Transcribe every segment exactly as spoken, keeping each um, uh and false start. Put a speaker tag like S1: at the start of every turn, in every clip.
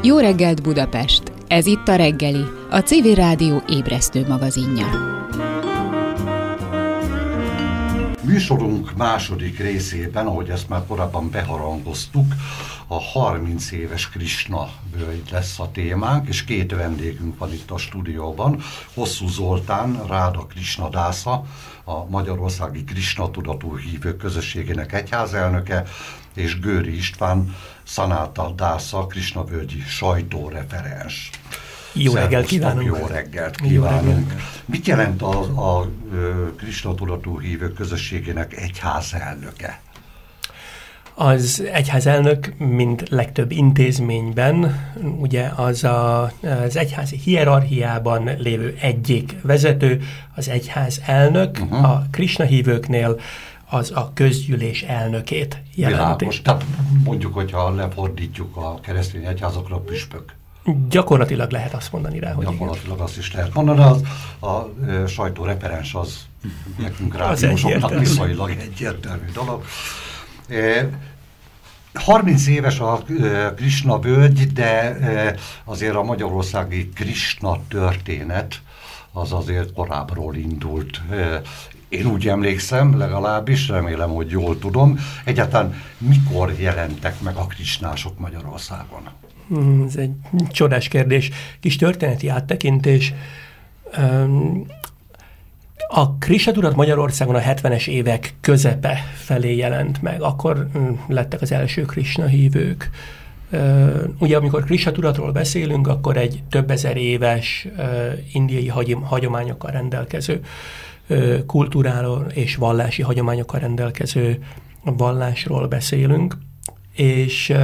S1: Jó reggelt Budapest! Ez itt a reggeli, a Civil Rádió ébresztő magazinja.
S2: Műsorunk második részében, ahogy ezt már korábban beharangoztuk, a harminc éves Krisna völgy lesz a témánk, és két vendégünk van itt a stúdióban. Hosszú Zoltán, Ráda Krisna Dásza, a Magyarországi Krisna Tudatú Hívők Közösségének egyházelnöke, és Göri István, Szanáta Dásza, Krisna völgyi sajtóreferens.
S3: Jó reggelt kívánunk!
S2: Jó reggelt kívánunk! Jó reggelt. Mit jelent a, a Krisna Tudatú Hívők Közösségének egyházelnöke?
S3: Az egyházelnök, mint legtöbb intézményben, ugye az a, az egyházi hierarchiában lévő egyik vezető, az egyházelnök, uh-huh. a Krisna hívőknél az a közgyűlés elnökét jelenti.
S2: Világos. Tehát mondjuk, hogyha lefordítjuk a keresztény egyházakra, a püspök.
S3: Gyakorlatilag lehet azt mondani rá, hogy
S2: Gyakorlatilag igen. Azt is lehet mondani, az, a, a sajtóreferens az nekünk rádiósoknak viszonylag egyértelmű dolog. E, harminc éves a e, Krisna völgy, de e, azért a magyarországi Krisna történet az azért korábbról indult. E, én úgy emlékszem, legalábbis, remélem, hogy jól tudom, egyáltalán mikor jelentek meg a krisnások Magyarországon?
S3: Ez egy csodás kérdés. Kis történeti áttekintés. A Krisna tudat Magyarországon a hetvenes évek közepe felé jelent meg. Akkor lettek az első Krisna hívők. Ugye, amikor Krisna tudatról beszélünk, akkor egy több ezer éves indiai hagyományokkal rendelkező, kultúráról és vallási hagyományokkal rendelkező vallásról beszélünk. És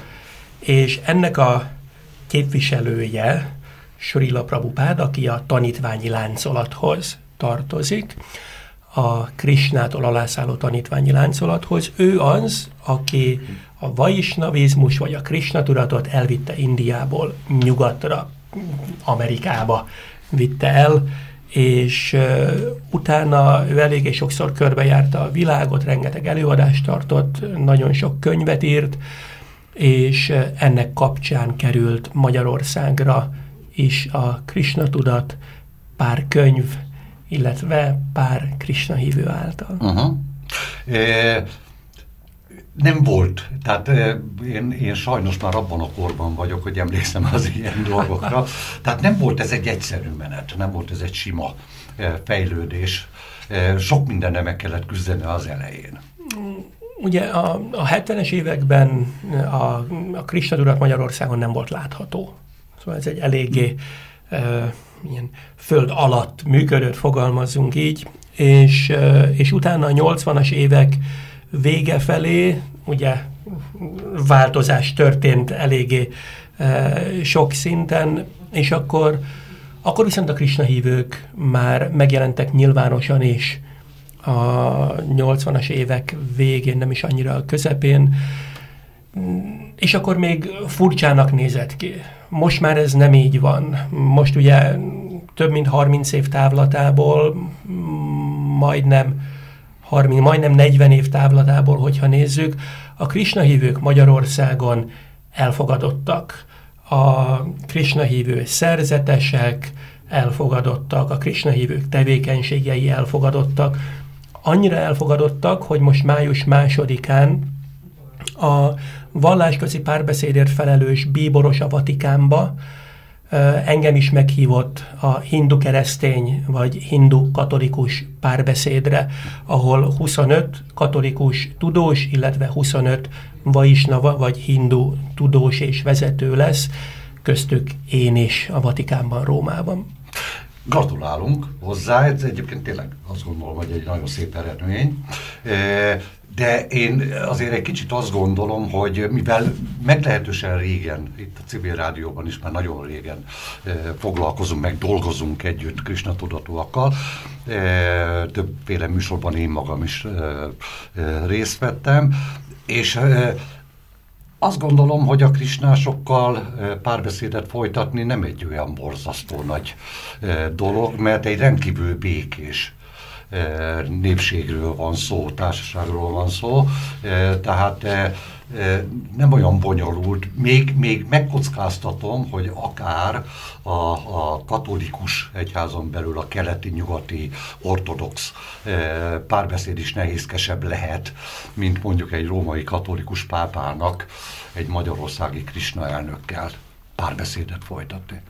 S3: És ennek a képviselője, Srila Prabhupád, aki a tanítványi láncolathoz tartozik, a Krisnától alászálló tanítványi láncolathoz, ő az, aki a vaisnavizmus vagy a Krisna tudatot elvitte Indiából nyugatra, Amerikába vitte el, és uh, utána ő eléggé sokszor körbejárta a világot, rengeteg előadást tartott, nagyon sok könyvet írt, és ennek kapcsán került Magyarországra is a Krisna tudat, pár könyv, illetve pár Krisna hívő által.
S2: Uh-huh. E, nem volt, tehát e, én, én sajnos már abban a korban vagyok, hogy emlékszem az ilyen dolgokra, tehát nem volt ez egy egyszerű menet, nem volt ez egy sima e, fejlődés, e, sok mindennel meg kellett küzdeni az elején.
S3: Ugye a, a hetvenes években a, a Krisna tudat Magyarországon nem volt látható. Szóval ez egy eléggé e, ilyen föld alatt működött, fogalmazzunk így, és, e, és utána a nyolcvanas évek vége felé ugye változás történt eléggé e, sok szinten, és akkor, akkor viszont a Krisna hívők már megjelentek nyilvánosan is, a nyolcvanas évek végén, nem is annyira a közepén, és akkor még furcsának nézett ki. Most már ez nem így van. Most ugye több mint harminc év távlatából, majdnem, harminc, majdnem negyven év távlatából, hogyha nézzük, a Krisna hívők Magyarországon elfogadottak. A Krisna hívő szerzetesek elfogadottak, a Krisna hívők tevékenységei elfogadottak, annyira elfogadottak, hogy most május másodikán a vallásközi párbeszédért felelős bíboros a Vatikánba engem is meghívott a hindu-keresztény vagy hindu-katolikus párbeszédre, ahol huszonöt katolikus tudós, illetve huszonöt vaisnava vagy hindu tudós és vezető lesz, köztük én is a Vatikánban, Rómában.
S2: Gratulálunk hozzá, ez egyébként tényleg azt gondolom, hogy egy nagyon szép eredmény, de én azért egy kicsit azt gondolom, hogy mivel meglehetősen régen, itt a Civil Rádióban is már nagyon régen foglalkozunk, meg dolgozunk együtt Krisna tudatúakkal, többféle műsorban én magam is részt vettem, és azt gondolom, hogy a krisnásokkal párbeszédet folytatni nem egy olyan borzasztó nagy dolog, mert egy rendkívül békés népségről van szó, társaságról van szó, tehát nem olyan bonyolult. Még, még megkockáztatom, hogy akár a, a katolikus egyházon belül a keleti-nyugati ortodox párbeszéd is nehézkesebb lehet, mint mondjuk egy római katolikus pápának egy magyarországi Krisna elnökkel párbeszédet folytatni.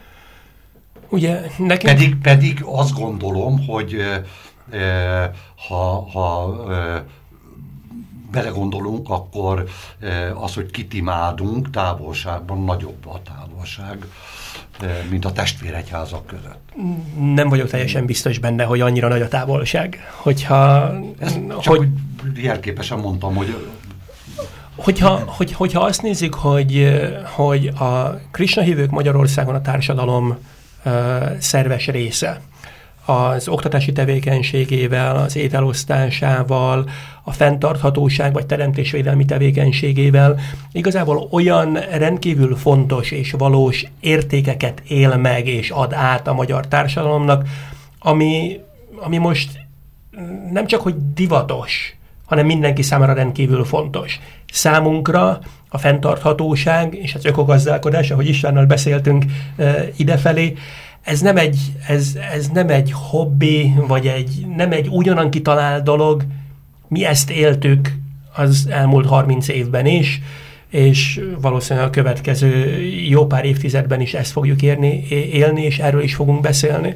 S3: Ugye, nekünk...
S2: pedig, pedig azt gondolom, hogy e, ha, ha e, belegondolunk, akkor e, az, hogy kit imádunk, távolságban nagyobb a távolság, e, mint a testvéregyházak között.
S3: Nem vagyok teljesen biztos benne, hogy annyira nagy a távolság. Hogyha...
S2: Ezt csak hogy, jelképesen mondtam, hogy...
S3: Hogyha, hogy, hogyha azt nézzük, hogy, hogy a Krisna hívők Magyarországon a társadalom szerves része. Az oktatási tevékenységével, az ételosztásával, a fenntarthatóság vagy teremtésvédelmi tevékenységével igazából olyan rendkívül fontos és valós értékeket él meg és ad át a magyar társadalomnak, ami, ami most nem csak hogy divatos, hanem mindenki számára rendkívül fontos. Számunkra a fenntarthatóság és az ökogazdálkodás, ahogy Istvánnal beszéltünk e, idefelé, ez nem egy, ez, ez nem egy hobbi, vagy egy, nem egy ugyanan kitalált dolog. Mi ezt éltük az elmúlt harminc évben is, és valószínűleg a következő jó pár évtizedben is ezt fogjuk érni, élni, és erről is fogunk beszélni.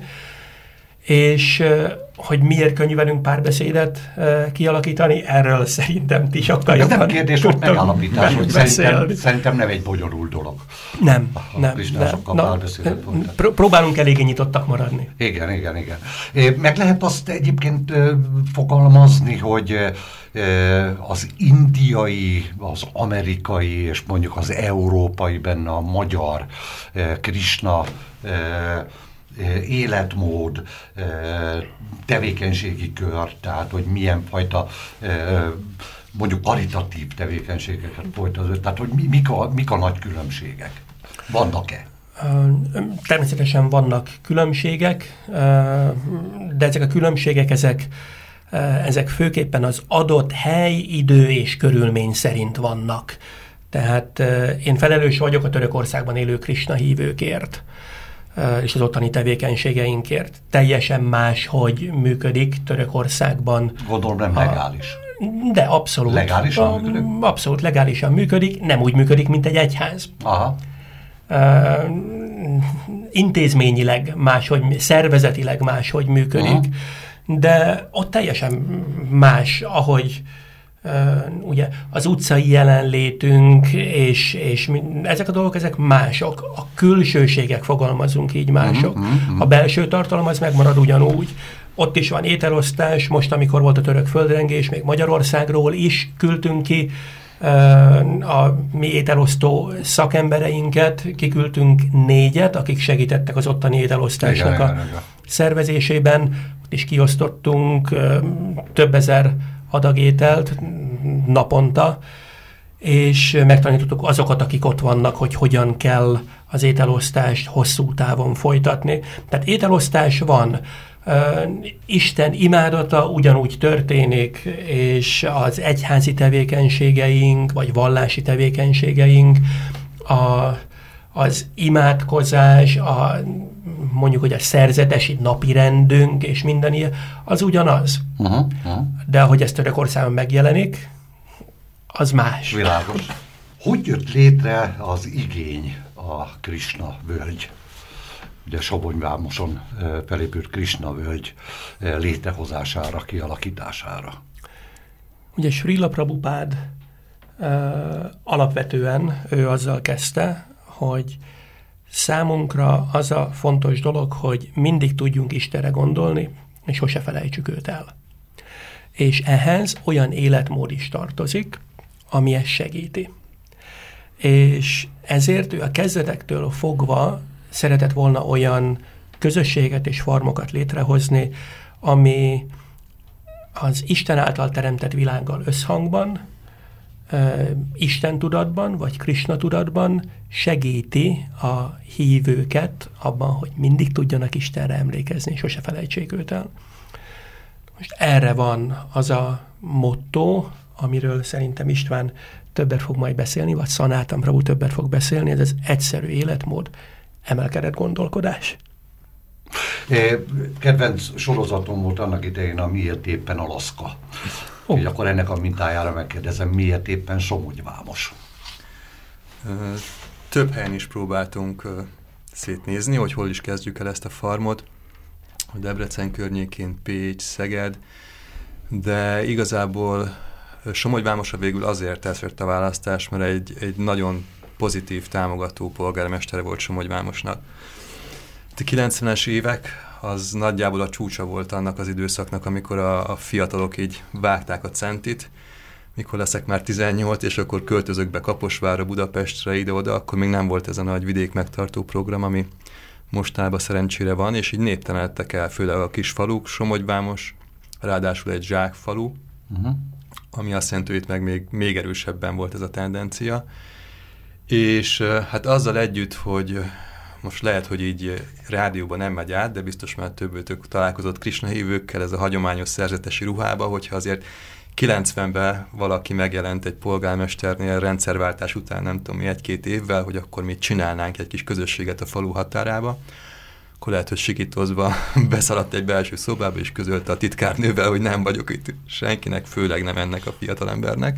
S3: És hogy miért könnyű velünk párbeszédet kialakítani, erről szerintem ti sokkal jobban.
S2: Ez nem kérdés, hogy megállapítás, hogy szerintem, szerintem nem egy bonyolult dolog.
S3: Nem,
S2: a
S3: nem.
S2: nem.
S3: Na, pr- próbálunk eléggé nyitottak maradni.
S2: Igen, igen, igen. Meg lehet azt egyébként fogalmazni, hogy az indiai, az amerikai és mondjuk az európai, benne a magyar Krisna életmód, tevékenységi kör, tehát hogy milyen fajta mondjuk karitatív tevékenységeket folytat, tehát hogy mik a, mik a nagy különbségek? Vannak-e?
S3: Természetesen vannak különbségek, de ezek a különbségek, ezek, ezek főképpen az adott hely, idő és körülmény szerint vannak. Tehát én felelős vagyok a Törökországban élő Krisna hívőkért, és az ottani tevékenységeinkért. Teljesen más, hogy működik Törökországban.
S2: Gondolom nem legális.
S3: De abszolút.
S2: Legálisan működik?
S3: Abszolút legálisan működik, nem úgy működik, mint egy egyház.
S2: Aha.
S3: Uh, intézményileg máshogy, szervezetileg máshogy működik, aha, de ott teljesen más, ahogy uh, ugye az utcai jelenlétünk, és, és ezek a dolgok, ezek mások. A külsőségek, fogalmazunk így, mások. Uh-huh, uh-huh. A belső tartalom az megmarad ugyanúgy. Ott is van ételosztás, most amikor volt a török földrengés, még Magyarországról is küldtünk ki a mi ételosztó szakembereinket, kiküldtünk négyet, akik segítettek az ottani ételosztásnak igen, a igen, igen. szervezésében. Ott is kiosztottunk több ezer adag ételt naponta, és megtanítottuk azokat, akik ott vannak, hogy hogyan kell az ételosztást hosszú távon folytatni. Tehát ételosztás van, Uh, Isten imádata ugyanúgy történik, és az egyházi tevékenységeink, vagy vallási tevékenységeink, a, az imádkozás, a, mondjuk, hogy a szerzetesi napirendünk, és minden ilyen, az ugyanaz. Uh-huh, uh-huh. De ahogy ez Törökországban megjelenik, az más.
S2: Világos. Hogy jött létre az igény a Krisna völgy? Ugye Sobonyvámoson felépült Krisna völgy létrehozására, kialakítására.
S3: Ugye Srila Prabhupád uh, alapvetően ő azzal kezdte, hogy számunkra az a fontos dolog, hogy mindig tudjunk Istenre gondolni, és sose felejtsük őt el. És ehhez olyan életmód is tartozik, ami ezt segíti. És ezért ő a kezdetektől fogva szeretett volna olyan közösséget és farmokat létrehozni, ami az Isten által teremtett világgal összhangban, uh, Isten tudatban, vagy Krisna tudatban segíti a hívőket abban, hogy mindig tudjanak Istenre emlékezni, és sose felejtsék őt el. Most erre van az a motto, amiről szerintem István többet fog majd beszélni, vagy Sanatan Prabhu többet fog beszélni, ez az egyszerű életmód, emelkedett gondolkodás.
S2: Kedvenc sorozatom volt annak idején a Miért éppen Alaszka. Oh. És akkor ennek a mintájára megkérdezem, miért éppen Somogyvámos?
S4: Több helyen is próbáltunk szétnézni, hogy hol is kezdjük el ezt a farmot. Debrecen környékén, Pécs, Szeged, de igazából Somogyvámosra végül azért teszett a választás, mert egy, egy nagyon pozitív, támogató polgármestere volt Somogyvámosnak. A kilencvenes évek az nagyjából a csúcsa volt annak az időszaknak, amikor a, a fiatalok így vágták a centit, mikor leszek már tizennyolc, és akkor költözök be Kaposvárra, Budapestre, ide-oda, akkor még nem volt ez a nagy vidék megtartó program, ami mostanában szerencsére van, és így néptelenedtek el, főleg a kis faluk, Somogyvámos, ráadásul egy zsákfalu, uh-huh. ami azt jelenti, hogy itt meg még, még erősebben volt ez a tendencia. És hát azzal együtt, hogy most lehet, hogy így rádióban nem megy át, de biztos már többőtök találkozott Krisna hívőkkel, ez a hagyományos szerzetesi ruhába, hogyha azért kilencvenben valaki megjelent egy polgármesternél rendszerváltás után, nem tudom mi, egy-két évvel, hogy akkor mi csinálnánk egy kis közösséget a falu határába, akkor lehet, hogy sikítozva beszaladt egy belső szobába, és közölte a titkárnővel, hogy nem vagyok itt senkinek, főleg nem ennek a fiatalembernek.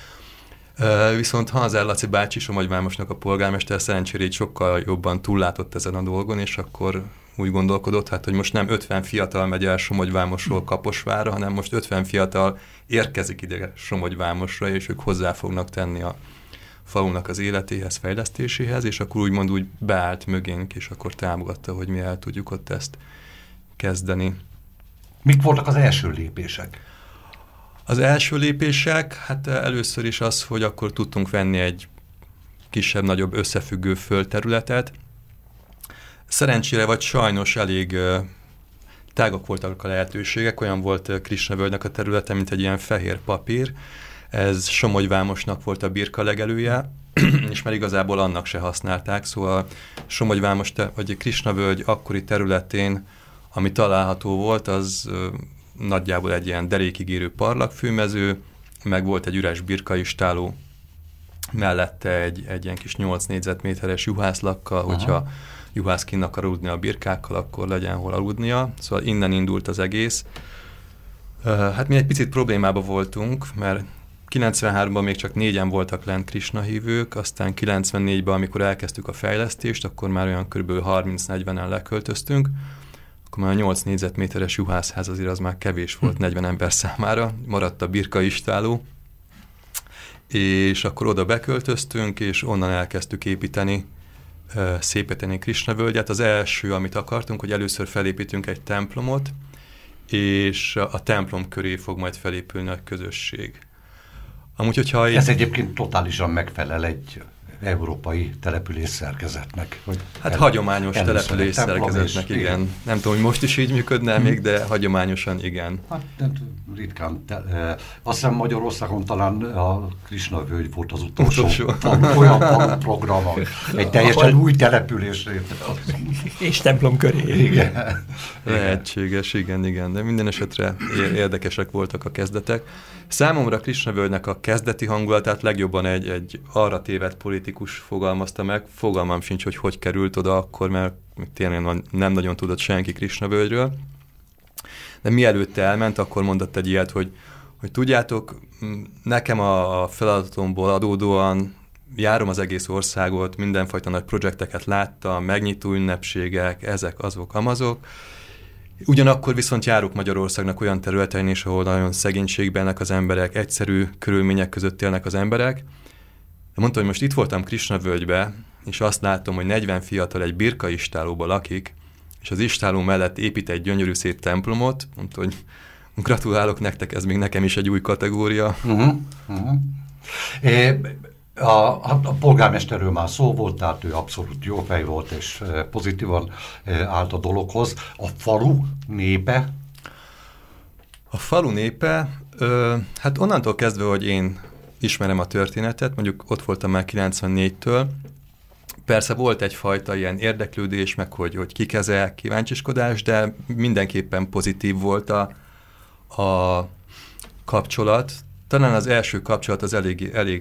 S4: Uh, viszont Hanzel Laci bácsi, Somogyvámosnak a polgármester szerencsére így sokkal jobban túllátott ezen a dolgon, és akkor úgy gondolkodott, hát, hogy most nem ötven fiatal megy el Somogyvámosról Kaposvárra, hanem most ötven fiatal érkezik ide Somogyvámosra, és ők hozzá fognak tenni a falunak az életéhez, fejlesztéséhez, és akkor úgymond úgy beállt mögénk, és akkor támogatta, hogy mi el tudjuk ott ezt kezdeni.
S2: Mik voltak az első lépések?
S4: Az első lépések, hát először is az, hogy akkor tudtunk venni egy kisebb-nagyobb összefüggő földterületet. Szerencsére vagy sajnos elég uh, tágak voltak a lehetőségek, olyan volt Krisnavölgynek a területe, mint egy ilyen fehér papír. Ez Somogyvámosnak volt a birka legelője, és már igazából annak se használták, szóval Somogyvámos, te, vagy Krisnavölgy akkori területén, ami található volt, az uh, nagyjából egy ilyen derékig érő parlagfűmező, meg volt egy üres birkaistáló, mellette egy, egy ilyen kis nyolc négyzetméteres juhászlakkal, aha. hogyha juhász kinn akar aludni a birkákkal, akkor legyen hol aludnia. Szóval innen indult az egész. Hát mi egy picit problémában voltunk, mert kilencvenháromban még csak négyen voltak lent Krisna hívők, aztán kilencvennégyben, amikor elkezdtük a fejlesztést, akkor már olyan kb. harminc-negyvenen leköltöztünk, akkor már a nyolc négyzetméteres juhászház azért az már kevés volt negyven ember számára, maradt a birkaistáló, és akkor oda beköltöztünk, és onnan elkezdtük építeni, uh, szépíteni Krisnavölgyet. Az első, amit akartunk, hogy először felépítünk egy templomot, és a templom köré fog majd felépülni a közösség. Amúgy, hogyha
S2: Ez egy... egyébként totálisan megfelel egy európai település szerkezetnek.
S4: Hogy hát el, hagyományos település szerkezetnek, és, igen. igen. Nem tudom, hogy most is így működne hmm. még, de hagyományosan igen.
S2: Hát ritkán. Te, e, azt hiszem Magyarországon talán a Krisnavölgy volt az utolsó, utolsó. olyan program, egy teljesen Ahol... új településre.
S3: És templom köré.
S2: Igen.
S4: Lehetséges, igen, igen. De minden esetre érdekesek voltak a kezdetek. Számomra Krisnavölgynek a kezdeti hangulatát legjobban egy, egy arra tévedt politikus fogalmazta meg. Fogalmam sincs, hogy hogy került oda akkor, mert tényleg nem nagyon tudott senki Krisnavölgyről. De mielőtt elment, akkor mondott egy ilyet, hogy, hogy tudjátok, nekem a feladatomból adódóan járom az egész országot, mindenfajta nagy projekteket láttam, megnyitó ünnepségek, ezek, azok, amazok. Ugyanakkor viszont járok Magyarországnak olyan területein is, ahol nagyon szegénységben élnek az emberek, egyszerű körülmények között élnek az emberek. De mondtam, hogy most itt voltam Krisnavölgybe, és azt látom, hogy negyven fiatal egy birkaistálóba lakik, és az istáló mellett épít egy gyönyörű szép templomot. Mondta, hogy gratulálok nektek, ez még nekem is egy új kategória.
S2: Uh-huh. Uh-huh. É, a, a, a polgármesterről már szó volt, tehát ő abszolút jó fej volt, és pozitívan állt a dologhoz. A falu népe?
S4: A falu népe, ö, hát onnantól kezdve, hogy én ismerem a történetet, mondjuk ott voltam már kilencvennégytől, persze volt egyfajta ilyen érdeklődés, meg hogy, hogy kik ezek, kíváncsiskodás, de mindenképpen pozitív volt a, a kapcsolat. Talán az első kapcsolat az elég, elég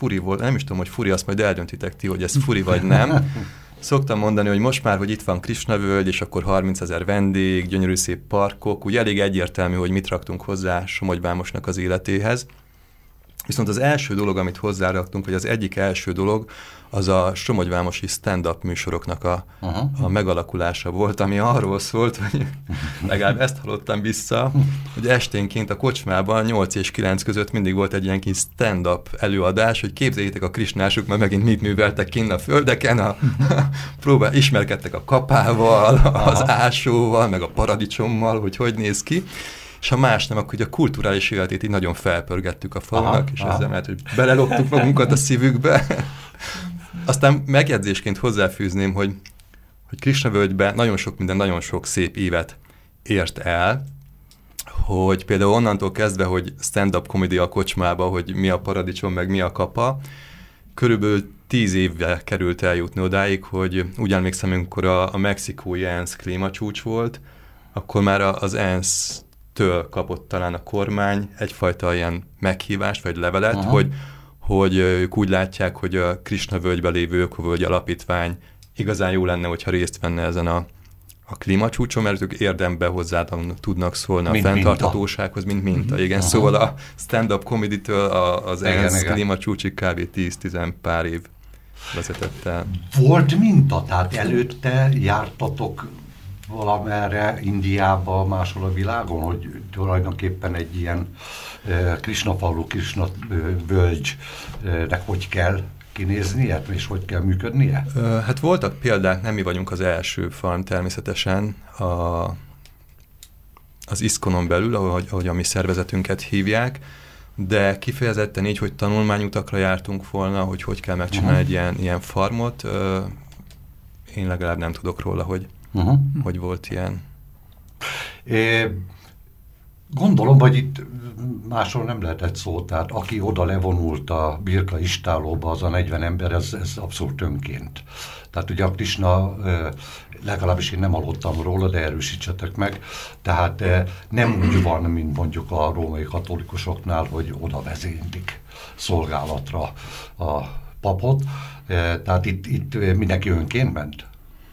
S4: furi volt, nem is tudom, hogy furi, azt majd eldöntitek ti, hogy ez furi vagy nem. Szoktam mondani, hogy most már, hogy itt van Krisna-völgy, és akkor harmincezer vendég, gyönyörű szép parkok, úgy elég egyértelmű, hogy mit raktunk hozzá Somogyvámosnak az életéhez. Viszont az első dolog, amit hozzáraktunk, vagy az egyik első dolog, az a somogyvámosi stand-up műsoroknak a, a megalakulása volt, ami arról szólt, hogy legalább ezt hallottam vissza, hogy esténként a kocsmában nyolc és kilenc között mindig volt egy ilyen kis stand-up előadás, hogy képzeljétek a krisnások, mert megint mit műveltek kinn a földeken, a, próbál, ismerkedtek a kapával, az ásóval, meg a paradicsommal, hogy hogy néz ki. És ha más nem, akkor a kulturális életét így nagyon felpörgettük a falunak, és ezzel lehet, hogy beleloptuk magunkat a szívükbe. Aztán megjegyzésként hozzáfűzném, hogy, hogy Krisna-völgyben nagyon sok minden, nagyon sok szép évet ért el, hogy például onnantól kezdve, hogy stand-up komédia a kocsmába, hogy mi a paradicsom, meg mi a kapa, körülbelül tíz évvel került eljutni odáig, hogy úgy emlékszem, amikor a, a mexikói ENSZ klímacsúcs volt, akkor már az ENSZ től kapott talán a kormány egyfajta ilyen meghívást, vagy levelet, Aha. hogy, hogy ők úgy látják, hogy a Krisna-völgybe lévő Ökovölgy Alapítvány igazán jó lenne, hogyha részt venne ezen a, a klímacsúcson, mert ők érdemben hozzá tudnak szólni mint a fenntarthatósághoz, mint minta. Igen, Aha. szóval a stand-up comedy-től az ENSZ klímacsúcsig kb. tíz-tíz pár év vezetett el.
S2: Volt minta, tehát előtte jártatok valamerre Indiába, máshol a világon, hogy tulajdonképpen egy ilyen uh, Krisna-falu, Krisna-völgynek hogy kell kinéznie, és hogy kell működnie?
S4: Uh, hát voltak példák, nem mi vagyunk az első farm természetesen, a, az iszkonon belül, ahogy, ahogy a mi szervezetünket hívják, de kifejezetten így, hogy tanulmányutakra jártunk volna, hogy hogy kell megcsinálni uh-huh. egy ilyen, ilyen farmot, uh, én legalább nem tudok róla, hogy Uh-huh. hogy volt ilyen.
S2: É, gondolom, hogy itt másról nem lehetett szó, tehát aki oda levonult a Birka istálóba, az a negyven ember, ez, ez abszolút önként. Tehát ugye a Krisna, legalábbis én nem hallottam róla, de erősítsetek meg, tehát nem úgy van, mint mondjuk a római katolikusoknál, hogy oda vezénylik szolgálatra a papot, tehát itt, itt mindenki önként ment.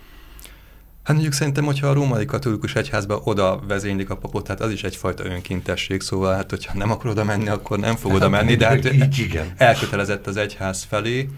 S4: Hát mondjuk szerintem, hogyha a római katolikus egyházba oda vezénylik a papot, tehát az is egyfajta önkintesség, szóval hát, hogyha nem akar oda menni, akkor nem fog oda menni, de hát elkötelezett az egyház felé.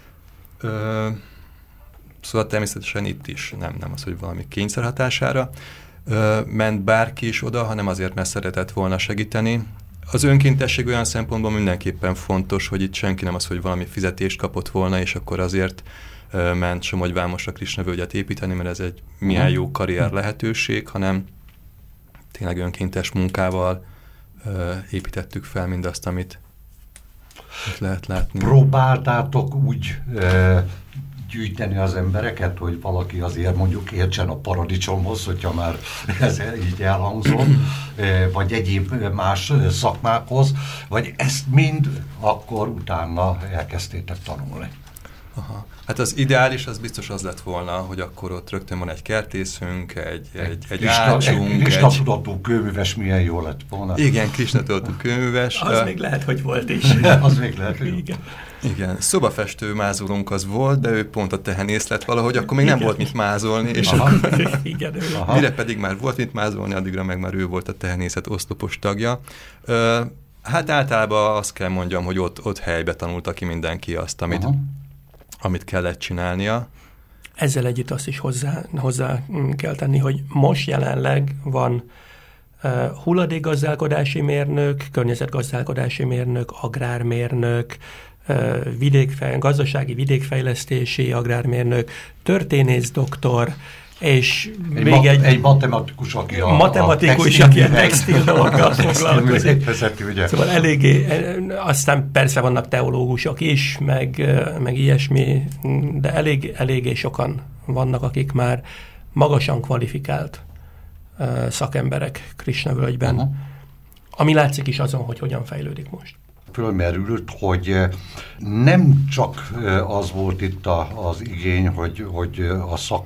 S4: Ö, szóval természetesen itt is nem, nem az, hogy valami kényszer hatására ö, ment bárki is oda, hanem azért, mert szeretett volna segíteni. Az önkintesség olyan szempontból mindenképpen fontos, hogy itt senki nem az, hogy valami fizetést kapott volna, és akkor azért ment Somogyvámosra Krisna-völgyet építeni, mert ez egy milyen jó karrier lehetőség, hanem tényleg önkéntes munkával ö, építettük fel mindazt, amit lehet látni.
S2: Próbáltátok úgy ö, gyűjteni az embereket, hogy valaki azért mondjuk értsen a paradicsomhoz, hogyha már ez így elhangzott, ö, vagy egyéb más szakmákhoz, vagy ezt mind akkor utána elkezdtétek tanulni?
S4: Aha. Hát az ideális, az biztos az lett volna, hogy akkor ott rögtön van egy kertészünk, egy, egy, egy ácsunk.
S2: Egy Krisna-tudatú kőműves milyen jó lett volna.
S4: Igen, Krisna-tudatú kőműves.
S3: Az még lehet, hogy volt is.
S2: Az még lehet, hogy
S3: igen.
S4: Igen, szobafestő mázolónk az volt, de ő pont a tehenész lett valahogy, akkor még nem igen. volt mit mázolni, és akkor, igen, mire pedig már volt mit mázolni, addigra meg már ő volt a tehenészet oszlopos tagja. Ö, hát általában azt kell mondjam, hogy ott, ott helybe tanulta ki mindenki azt, amit Aha. amit kellett csinálnia.
S3: Ezzel együtt azt is hozzá, hozzá kell tenni, hogy most jelenleg van uh, hulladékgazdálkodási mérnök, környezetgazdálkodási mérnök, agrármérnök, uh, vidékfej, gazdasági vidékfejlesztési agrármérnök, történész doktor, és
S2: egy
S3: még
S2: ma-
S3: egy,
S2: egy matematikus, aki a,
S3: matematikus,
S2: a
S3: aki a textil dolgokkal foglalkozik.
S2: Vezető,
S3: szóval eléggé, aztán persze vannak teológusok is, meg, meg ilyesmi, de elég, eléggé sokan vannak, akik már magasan kvalifikált uh, szakemberek Krisna-völgyben, uh-huh. ami látszik is azon, hogy hogyan fejlődik most.
S2: Fölmerült, hogy nem csak az volt itt a, az igény, hogy, hogy a szakmák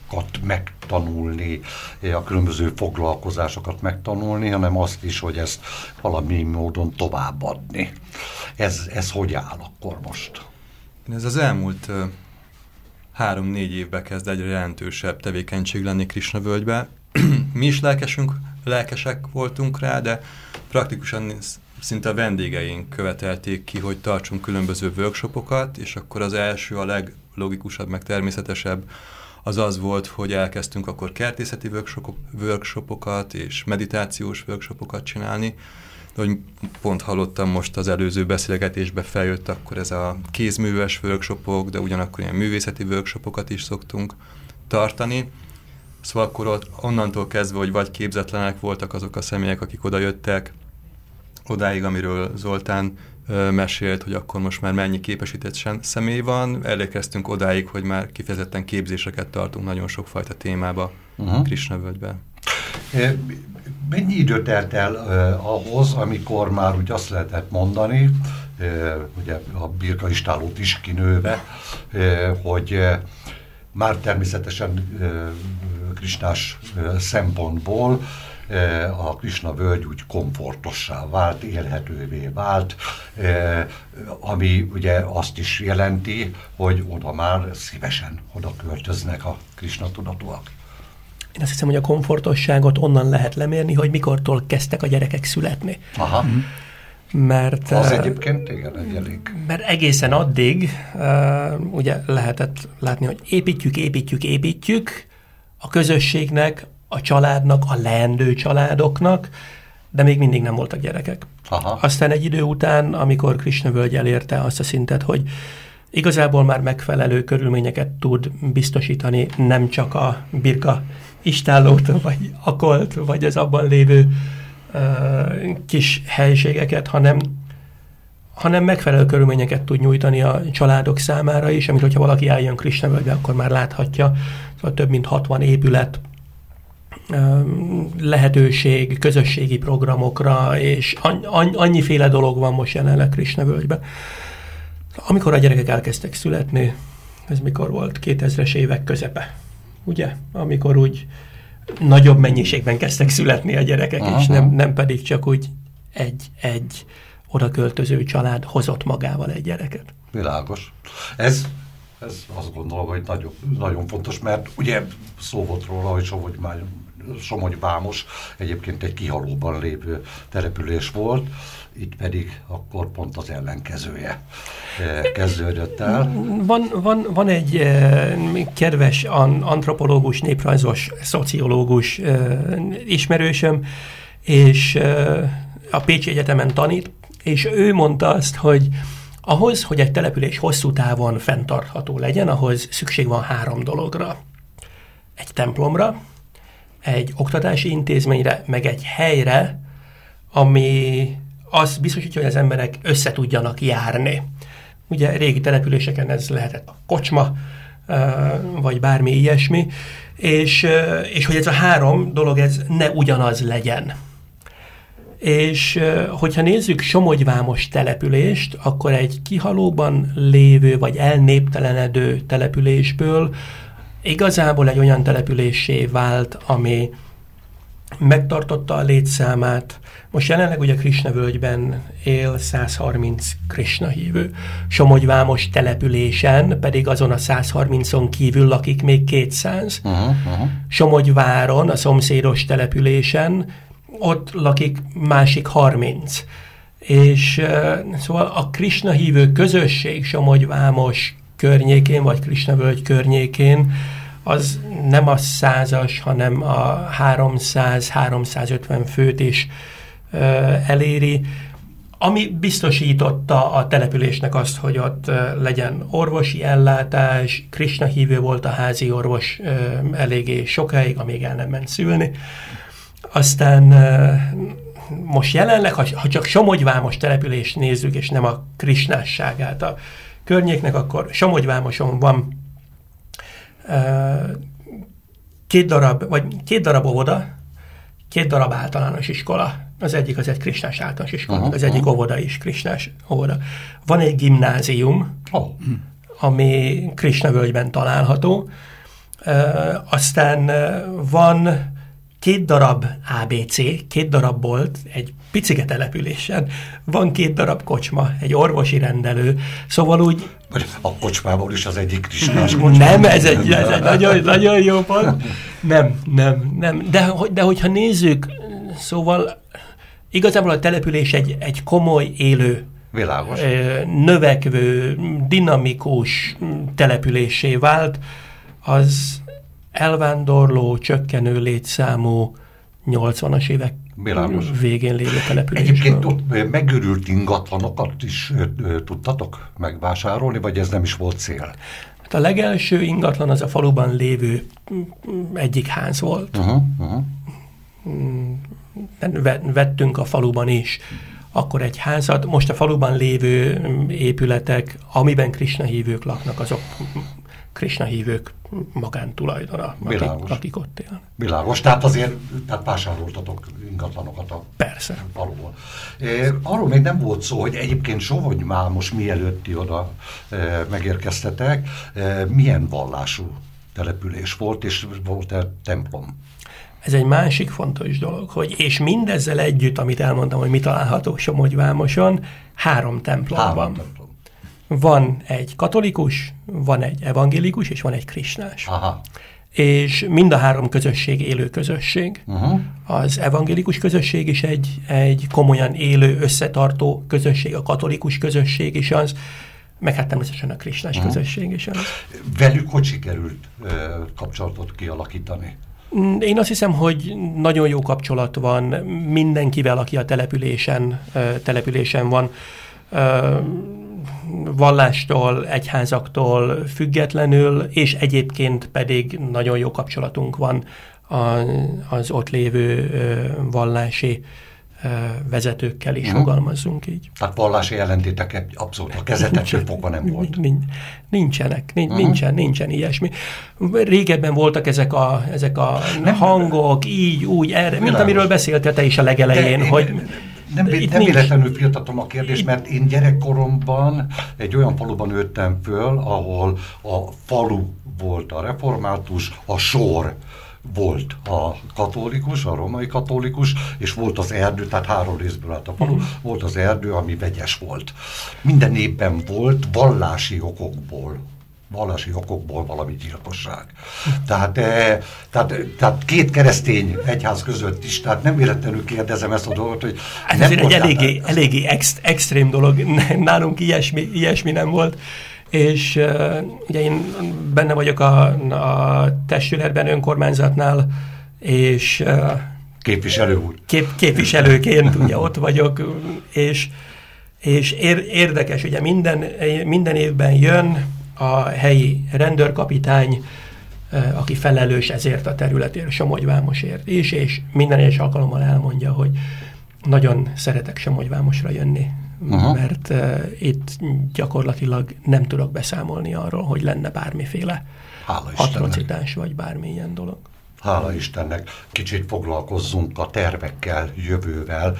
S2: megtanulni, a különböző foglalkozásokat megtanulni, hanem azt is, hogy ezt valami módon továbbadni. Ez, ez hogy áll akkor most?
S4: Ez az elmúlt uh, három-négy évben kezd egyre jelentősebb tevékenység lenni Krisna-völgybe. Mi is lelkesünk, lelkesek voltunk rá, de praktikusan szinte a vendégeink követelték ki, hogy tartsunk különböző workshopokat, és akkor az első, a leglogikusabb, meg természetesebb az az volt, hogy elkezdtünk akkor kertészeti workshopok, workshopokat és meditációs workshopokat csinálni. De hogy pont hallottam most az előző beszélgetésbe feljött akkor ez a kézműves workshopok, de ugyanakkor ilyen művészeti workshopokat is szoktunk tartani. Szóval akkor ott, onnantól kezdve, hogy vagy képzetlenek voltak azok a személyek, akik oda jöttek, odáig, amiről Zoltán ö, mesélt, hogy akkor most már mennyi képesített személy van, elérkeztünk odáig, hogy már kifejezetten képzéseket tartunk nagyon sokfajta témába uh-huh. Krisna-völgyben.
S2: Mennyi idő telt el uh, ahhoz, amikor már úgy azt lehetett mondani, uh, ugye a birka istálót is kinőve, uh, hogy uh, már természetesen uh, krisnás uh, szempontból uh, a Krisna-völgy úgy komfortossá vált, élhetővé vált, uh, ami ugye azt is jelenti, hogy oda már szívesen oda költöznek a Krisna tudatúak.
S3: Én azt hiszem, hogy a komfortosságot onnan lehet lemérni, hogy mikortól kezdtek a gyerekek születni.
S2: Aha.
S3: Mert,
S2: az egyébként igen, egy elég.
S3: Mert egészen addig uh, ugye lehetett látni, hogy építjük, építjük, építjük a közösségnek, a családnak, a leendő családoknak, de még mindig nem voltak gyerekek. Aha. Aztán egy idő után, amikor Krisna-völgy elérte azt a szintet, hogy igazából már megfelelő körülményeket tud biztosítani nem csak a birka istállót, vagy akolt, vagy az abban lévő uh, kis helységeket, hanem, hanem megfelelő körülményeket tud nyújtani a családok számára is, amit hogyha valaki eljön Krisna-völgybe, akkor már láthatja, szóval több mint hatvan épület, uh, lehetőség, közösségi programokra, és an- annyiféle dolog van most jelenleg Krisna-völgybe. Amikor a gyerekek elkezdtek születni, ez mikor volt? kétezres évek közepe, ugye? Amikor úgy nagyobb mennyiségben kezdtek születni a gyerekek, aha, és nem, nem pedig csak úgy egy-egy odaköltöző család hozott magával egy gyereket.
S2: Világos. Ez, ez azt gondolom, hogy nagyon, nagyon fontos, mert ugye szó volt róla, hogy Somogy, Somogy Vámos egyébként egy kihalóban lévő település volt, itt pedig akkor pont az ellenkezője kezdődött el.
S3: Van, van, van egy eh, kedves an, antropológus, néprajzos, szociológus eh, ismerősöm, és eh, a Pécsi Egyetemen tanít, és ő mondta azt, hogy ahhoz, hogy egy település hosszú távon fenntartható legyen, ahhoz szükség van három dologra. Egy templomra, egy oktatási intézményre, meg egy helyre, ami azt biztosítja, hogy az emberek össze tudjanak járni. Ugye régi településeken ez lehetett a kocsma, vagy bármi ilyesmi, és, és hogy ez a három dolog ez ne ugyanaz legyen. És hogyha nézzük Somogyvámos települést, akkor egy kihalóban lévő, vagy elnéptelenedő településből igazából egy olyan településé vált, ami megtartotta a létszámát. Most jelenleg ugye Krisna-völgyben él száz harminc Krisna hívő. Somogyvámos településen pedig azon a száz harmincon kívül lakik még kétszáz. Uh-huh, uh-huh. Somogyváron, a szomszédos településen ott lakik másik harminc. És uh, szóval a Krisna hívő közösség Somogyvámos környékén, vagy Krisna-völgy környékén az nem a százas, hanem a háromszáz-háromszázötven főt is ö, eléri, ami biztosította a településnek azt, hogy ott ö, legyen orvosi ellátás. Krisna hívő volt a házi orvos ö, eléggé sokáig, amíg el nem ment szülni. Aztán ö, most jelenleg, ha, ha csak Somogyvámos települést nézzük, és nem a krisnásságát a környéknek, akkor Somogyvámoson van két darab, vagy két darab óvoda, két darab általános iskola. Az egyik az egy krisnás általános iskola, uh-huh, az egyik óvoda is krisnás óvoda. Van egy gimnázium, oh. ami Krisna-völgyben található. Aztán van két darab á bé cé, két darab bolt, egy picike településen, van két darab kocsma, egy orvosi rendelő, szóval úgy...
S2: A kocsmából is az egyik krisnás kocsma.
S3: Nem, ez egy, ez egy nagyon, nagyon jó pont. Nem, nem, nem. De, de hogyha nézzük, szóval igazából a település egy, egy komoly, élő,
S2: világos,
S3: növekvő, dinamikus településé vált, az elvándorló, csökkenő létszámú nyolcvanas évek világos. Végén lévő településről.
S2: Egyébként ott megőrült ingatlanokat is ö, tudtatok megvásárolni, vagy ez nem is volt cél?
S3: Hát a legelső ingatlan az a faluban lévő egyik ház volt. Uh-huh, uh-huh. Vettünk a faluban is akkor egy házat. Most a faluban lévő épületek, amiben Krisna hívők laknak, azok Krisna hívők magántulajdona, akik, akik ott élnek.
S2: Világos, tehát azért tehát vásároltatok ingatlanokat a
S3: Persze.
S2: faluból. E, arról még nem volt szó, hogy egyébként Somogyvámos mielőtt ti oda e, megérkeztetek, e, milyen vallású település volt, és volt-e templom?
S3: Ez egy másik fontos dolog, hogy és mindezzel együtt, amit elmondtam, hogy mi található Somogyvámoson, három templom három van. Templom. Van egy katolikus, van egy evangélikus, és van egy krisnás. Aha. És mind a három közösség élő közösség. Uh-huh. Az evangélikus közösség is egy, egy komolyan élő, összetartó közösség, a katolikus közösség is az, meg hát természetesen a krisnás uh-huh. közösség is az.
S2: Velük hogy sikerült uh, kapcsolatot kialakítani?
S3: Én azt hiszem, hogy nagyon jó kapcsolat van mindenkivel, aki a településen, uh, településen van. Uh, vallástól, egyházaktól függetlenül, és egyébként pedig nagyon jó kapcsolatunk van az ott lévő vallási vezetőkkel is, hmm. fogalmazzunk így.
S2: Tehát vallási ellentétek abszolút a kezetettől fogva nem volt.
S3: Nincsenek, nincs, uh-huh. nincsen, nincsen ilyesmi. Régebben voltak ezek a, ezek a hangok, így, úgy, erre, mint amiről beszéltél te is a legelején,
S2: De
S3: hogy...
S2: Én, Nem, nem véletlenül firtatom a kérdést, mert én gyerekkoromban egy olyan faluban nőttem föl, ahol a falu volt a református, a sor volt a katolikus, a római katolikus, és volt az erdő, tehát három részből állt a falu, uh-huh. volt az erdő, ami vegyes volt. Minden évben volt vallási okokból. vallási okokból valami gyilkosság. Tehát, e, tehát, tehát két keresztény egyház között is, tehát nem véletlenül kérdezem ezt a dolgot, hogy...
S3: Ez egy eléggé, eléggé ex, extrém dolog, nálunk ilyesmi, ilyesmi nem volt, és uh, ugye én benne vagyok a, a testületben, önkormányzatnál, és... Uh,
S2: Képviselő úr.
S3: Kép, képviselőként ugye ott vagyok, és, és ér, érdekes, ugye minden, minden évben jön a helyi rendőrkapitány, aki felelős ezért a területért, Somogyvámosért is, és minden egyes alkalommal elmondja, hogy nagyon szeretek Somogyvámosra jönni, uh-huh. mert uh, itt gyakorlatilag nem tudok beszámolni arról, hogy lenne bármiféle atrocitás, vagy bármilyen dolog.
S2: Hála Istennek, kicsit foglalkozzunk a tervekkel, jövővel.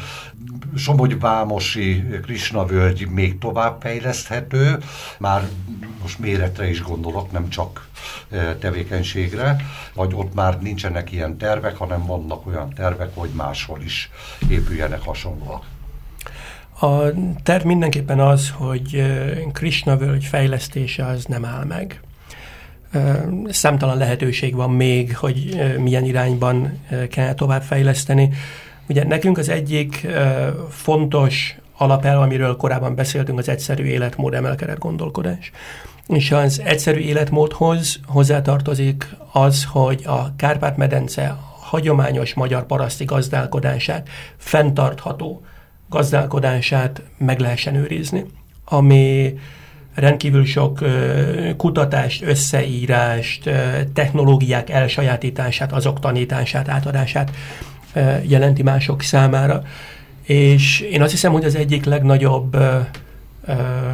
S2: Somogyvámosi Krisna-völgy még tovább fejleszthető, már most méretre is gondolok, nem csak tevékenységre, vagy ott már nincsenek ilyen tervek, hanem vannak olyan tervek, hogy máshol is épüljenek hasonlóak.
S3: A terv mindenképpen az, hogy Krisna-völgy fejlesztése az nem áll meg. Számtalan lehetőség van még, hogy milyen irányban kell továbbfejleszteni. Ugye nekünk az egyik fontos alapelv, amiről korábban beszéltünk, az egyszerű életmód, emelkedett gondolkodás. És az egyszerű életmódhoz hozzátartozik az, hogy a Kárpát-medence hagyományos magyar paraszti gazdálkodását, fenntartható gazdálkodását meg lehessen őrizni, ami rendkívül sok uh, kutatást, összeírást, uh, technológiák elsajátítását, azok tanítását, átadását uh, jelenti mások számára. És én azt hiszem, hogy az egyik legnagyobb uh, uh,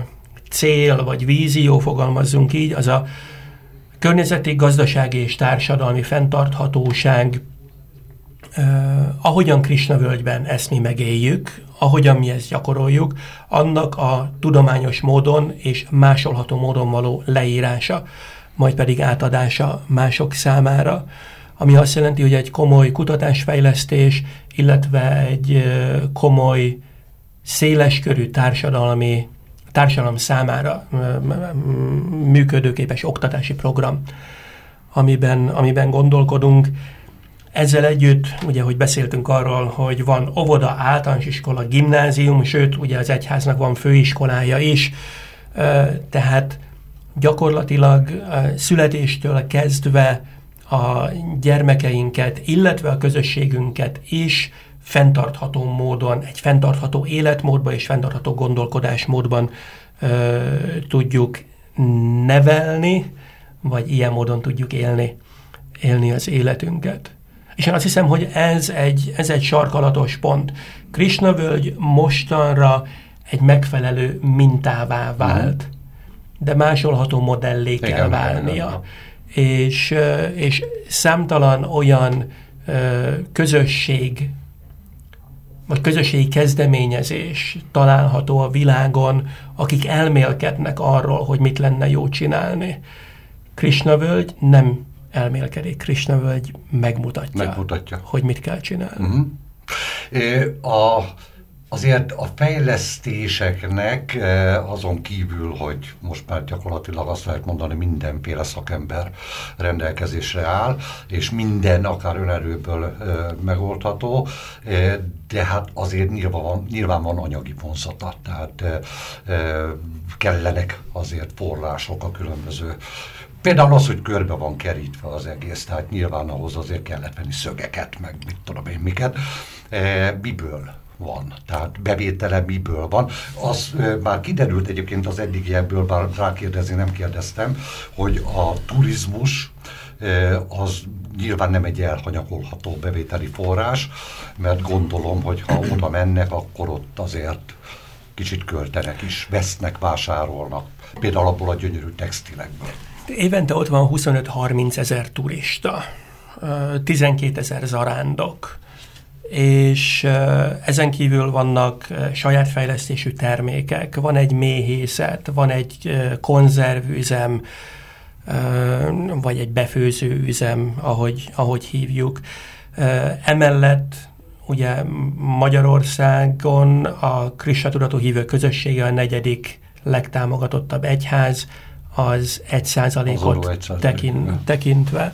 S3: cél vagy vízió, fogalmazzunk így, az a környezeti, gazdasági és társadalmi fenntarthatóság, uh, ahogyan Krisna-völgyben ezt mi megéljük, ahogyan mi ezt gyakoroljuk, annak a tudományos módon és másolható módon való leírása. majd pedig átadása mások számára, ami azt jelenti, hogy egy komoly kutatásfejlesztés, illetve egy komoly, széleskörű társadalmi, társadalom számára működőképes oktatási program, amiben, amiben gondolkodunk. Ezzel együtt, ugye, hogy beszéltünk arról, hogy van óvoda, általános iskola, gimnázium, sőt, ugye az egyháznak van főiskolája is, tehát gyakorlatilag születéstől kezdve a gyermekeinket, illetve a közösségünket is fenntartható módon, egy fenntartható életmódban és fenntartható gondolkodásmódban ö, tudjuk nevelni, vagy ilyen módon tudjuk élni, élni az életünket. És én azt hiszem, hogy ez egy, ez egy sarkalatos pont. Krisna-völgy mostanra egy megfelelő mintává vált, de másolható modellé kell igen, válnia. Igen, igen. És, és számtalan olyan közösség, vagy közösségi kezdeményezés található a világon, akik elmélkednek arról, hogy mit lenne jó csinálni. Krisna-völgy nem elmélkedik, Krisna-völgy megmutatja, megmutatja, hogy mit kell csinálni.
S2: Uh-huh. A, azért a fejlesztéseknek azon kívül, hogy most már gyakorlatilag azt lehet mondani, mindenféle szakember rendelkezésre áll, és minden akár önerőből megoldható, de hát azért nyilván van, nyilván van anyagi vonzata, tehát kellenek azért források a különböző. Például az, hogy körbe van kerítve az egész, tehát nyilván ahhoz azért kellett venni szögeket, meg mit tudom én miket. E, miből van? Tehát bevétele miből van? Az e, már kiderült egyébként az eddigiekből, bár rákérdezni nem kérdeztem, hogy a turizmus e, az nyilván nem egy elhanyagolható bevételi forrás, mert gondolom, hogy ha oda mennek, akkor ott azért kicsit költenek is, vesznek, vásárolnak. Például abból a gyönyörű textilekből.
S3: Évente ott van huszonöt-harminc ezer turista, tizenkétezer zarándok, és ezen kívül vannak saját fejlesztésű termékek, van egy méhészet, van egy konzervüzem, vagy egy befőzőüzem, ahogy, ahogy hívjuk. Emellett ugye Magyarországon a Krisna tudatú hívő közössége a negyedik legtámogatottabb egyház, az egy százalékot tekint, tekintve.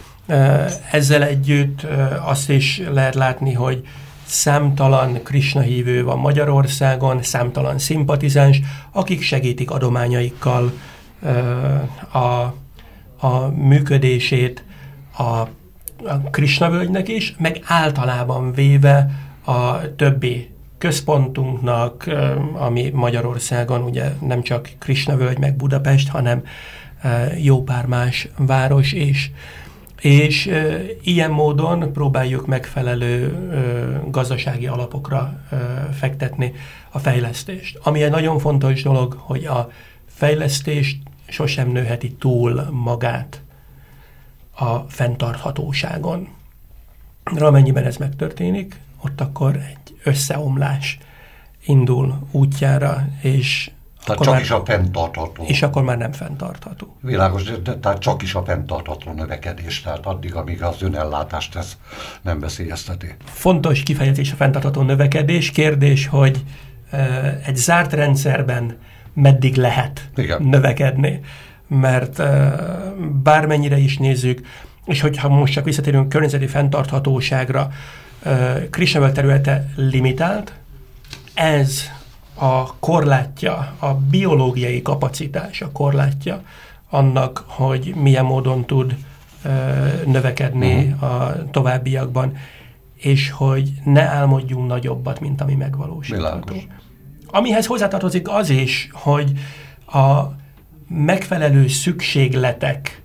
S3: Ezzel együtt azt is lehet látni, hogy számtalan Krisna hívő van Magyarországon, számtalan szimpatizáns, akik segítik adományaikkal a, a működését a, a Krisna-völgynek is, meg általában véve a többi központunknak, ami Magyarországon ugye nem csak Krisna-völgy meg Budapest, hanem jó pár más város is. És ilyen módon próbáljuk megfelelő gazdasági alapokra fektetni a fejlesztést. Ami egy nagyon fontos dolog, hogy a fejlesztés sosem nőheti túl magát a fenntarthatóságon. Amennyiben ez megtörténik, ott akkor egy összeomlás indul útjára, és
S2: tehát csak már, is a fenntartható.
S3: És akkor már nem fenntartható.
S2: Világos, de, tehát csak is a fenntartható növekedés, tehát addig, amíg az önellátást ez nem veszélyezteti.
S3: Fontos kifejezés a fenntartható növekedés. Kérdés, hogy e, egy zárt rendszerben meddig lehet igen. növekedni. Mert e, bármennyire is nézzük, és hogyha most csak visszatérünk környezeti fenntarthatóságra, e, Krisna-völgy területe limitált, ez a korlátja, a biológiai kapacitás a korlátja annak, hogy milyen módon tud ö, növekedni uh-huh. a továbbiakban, és hogy ne álmodjunk nagyobbat, mint ami megvalósítható. Amihez hozzátartozik az is, hogy a megfelelő szükségletek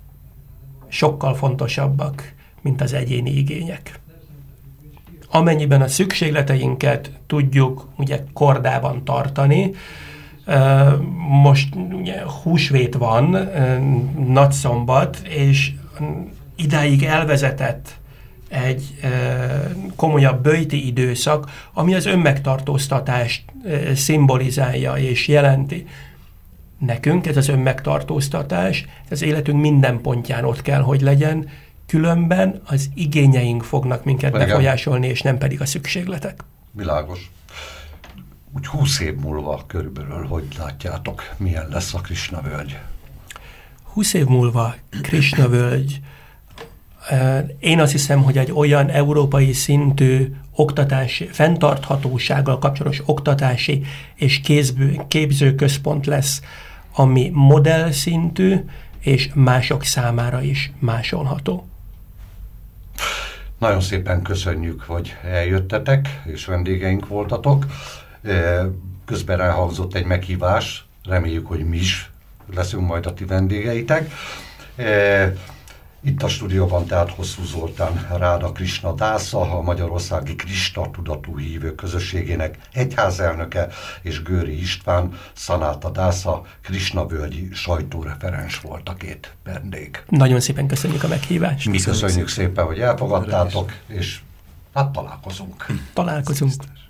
S3: sokkal fontosabbak, mint az egyéni igények. Amennyiben a szükségleteinket tudjuk ugye kordában tartani, most ugye húsvét van, nagyszombat, és idáig elvezetett egy komolyabb böjti időszak, ami az önmegtartóztatást szimbolizálja és jelenti. nekünk, ez az önmegtartóztatás, az életünk minden pontján ott kell, hogy legyen, különben az igényeink fognak minket
S2: Igen.
S3: befolyásolni, és nem pedig a szükségletek.
S2: Világos. Úgy húsz év múlva körülbelül, hogy látjátok, milyen lesz a Krishna völgy?
S3: húsz év múlva Krishna völgy, én azt hiszem, hogy egy olyan európai szintű oktatási, fenntarthatósággal kapcsolatos oktatási és kézbő, képzőközpont lesz, ami modell szintű, és mások számára is másolható.
S2: Nagyon szépen köszönjük, hogy eljöttetek, és vendégeink voltatok. Közben elhangzott egy meghívás, reméljük, hogy mi is leszünk majd a ti vendégeitek. Itt a stúdióban tehát Hosszú Zoltán Ráda Krishna Dásza, a Magyarországi Krishna Tudatú Hívők Közösségének egyházelnöke, és Göri István Szanáta Dásza, Krishna völgyi sajtóreferens volt a két vendég.
S3: Nagyon szépen köszönjük a meghívást.
S2: Mi köszönjük szépen, hogy elfogadtátok, és hát találkozunk.
S3: Találkozunk.